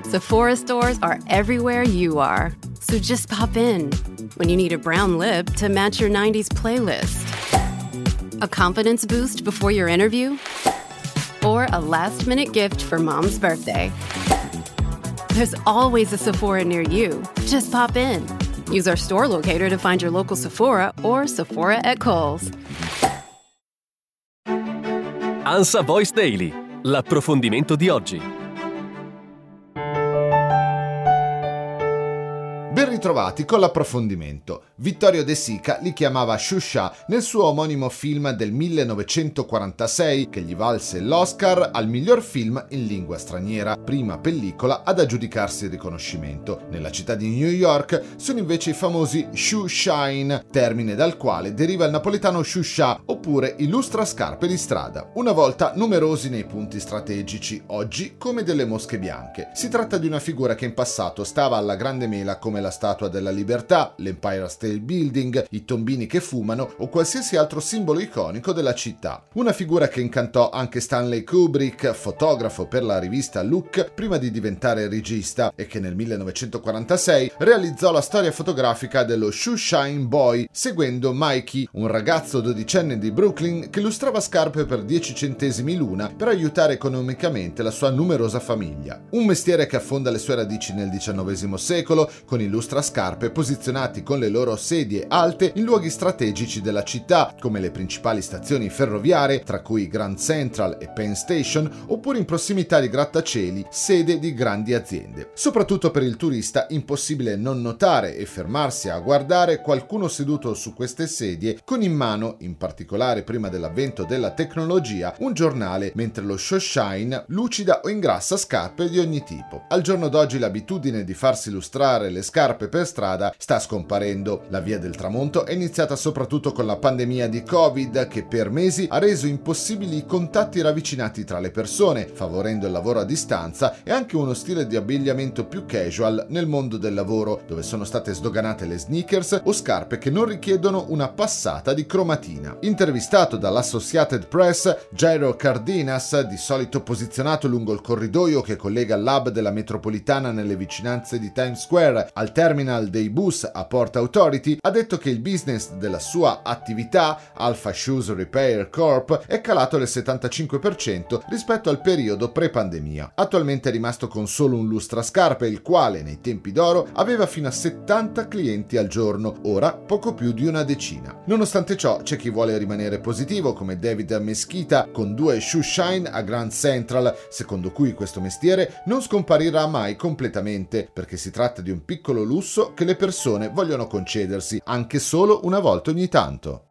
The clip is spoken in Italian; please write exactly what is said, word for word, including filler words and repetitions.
Sephora stores are everywhere you are. So just pop in. When you need a brown lip to match your nineties playlist. A confidence boost before your interview? Or a last-minute gift for mom's birthday. There's always a Sephora near you. Just pop in. Use our store locator to find your local Sephora or Sephora at Kohl's. ANSA Voice Daily, l'approfondimento di oggi. Ben ritrovati con l'approfondimento. Vittorio De Sica li chiamava Shusha nel suo omonimo film del millenovecentoquarantasei che gli valse l'Oscar al miglior film in lingua straniera, prima pellicola ad aggiudicarsi il riconoscimento. Nella città di New York sono invece i famosi shoe shine, termine dal quale deriva il napoletano shusha, oppure i lustrascarpe di strada. Una volta numerosi nei punti strategici, oggi come delle mosche bianche. Si tratta di una figura che in passato stava alla grande mela come la Statua della Libertà, l'Empire State Building, i tombini che fumano o qualsiasi altro simbolo iconico della città. Una figura che incantò anche Stanley Kubrick, fotografo per la rivista Look, prima di diventare regista, e che nel millenovecentoquarantasei realizzò la storia fotografica dello Shoe Shine Boy, seguendo Mikey, un ragazzo dodicenne di Brooklyn che lustrava scarpe per dieci centesimi l'una per aiutare economicamente la sua numerosa famiglia. Un mestiere che affonda le sue radici nel diciannovesimo secolo, con i lustrascarpe posizionati con le loro sedie alte in luoghi strategici della città, come le principali stazioni ferroviarie, tra cui Grand Central e Penn Station, oppure in prossimità di grattacieli, sede di grandi aziende. Soprattutto per il turista impossibile non notare e fermarsi a guardare qualcuno seduto su queste sedie con in mano, in particolare prima dell'avvento della tecnologia, un giornale, mentre lo shoe shine lucida o ingrassa scarpe di ogni tipo. Al giorno d'oggi l'abitudine di farsi lustrare le scarpe per strada sta scomparendo. La via del tramonto è iniziata soprattutto con la pandemia di Covid, che per mesi ha reso impossibili i contatti ravvicinati tra le persone, favorendo il lavoro a distanza e anche uno stile di abbigliamento più casual nel mondo del lavoro, dove sono state sdoganate le sneakers o scarpe che non richiedono una passata di cromatina. Intervistato dall'Associated Press, Jairo Cardenas, di solito posizionato lungo il corridoio che collega il lab della metropolitana nelle vicinanze di Times Square al terminal dei bus a Port Authority, ha detto che il business della sua attività, Alpha Shoes Repair Corp, è calato del settantacinque per cento rispetto al periodo pre-pandemia. Attualmente è rimasto con solo un lustrascarpe, il quale nei tempi d'oro aveva fino a settanta clienti al giorno, ora poco più di una decina. Nonostante ciò c'è chi vuole rimanere positivo, come David Mesquita con due shoe shine a Grand Central, secondo cui questo mestiere non scomparirà mai completamente, perché si tratta di un piccolo lusso che le persone vogliono concedersi anche solo una volta ogni tanto.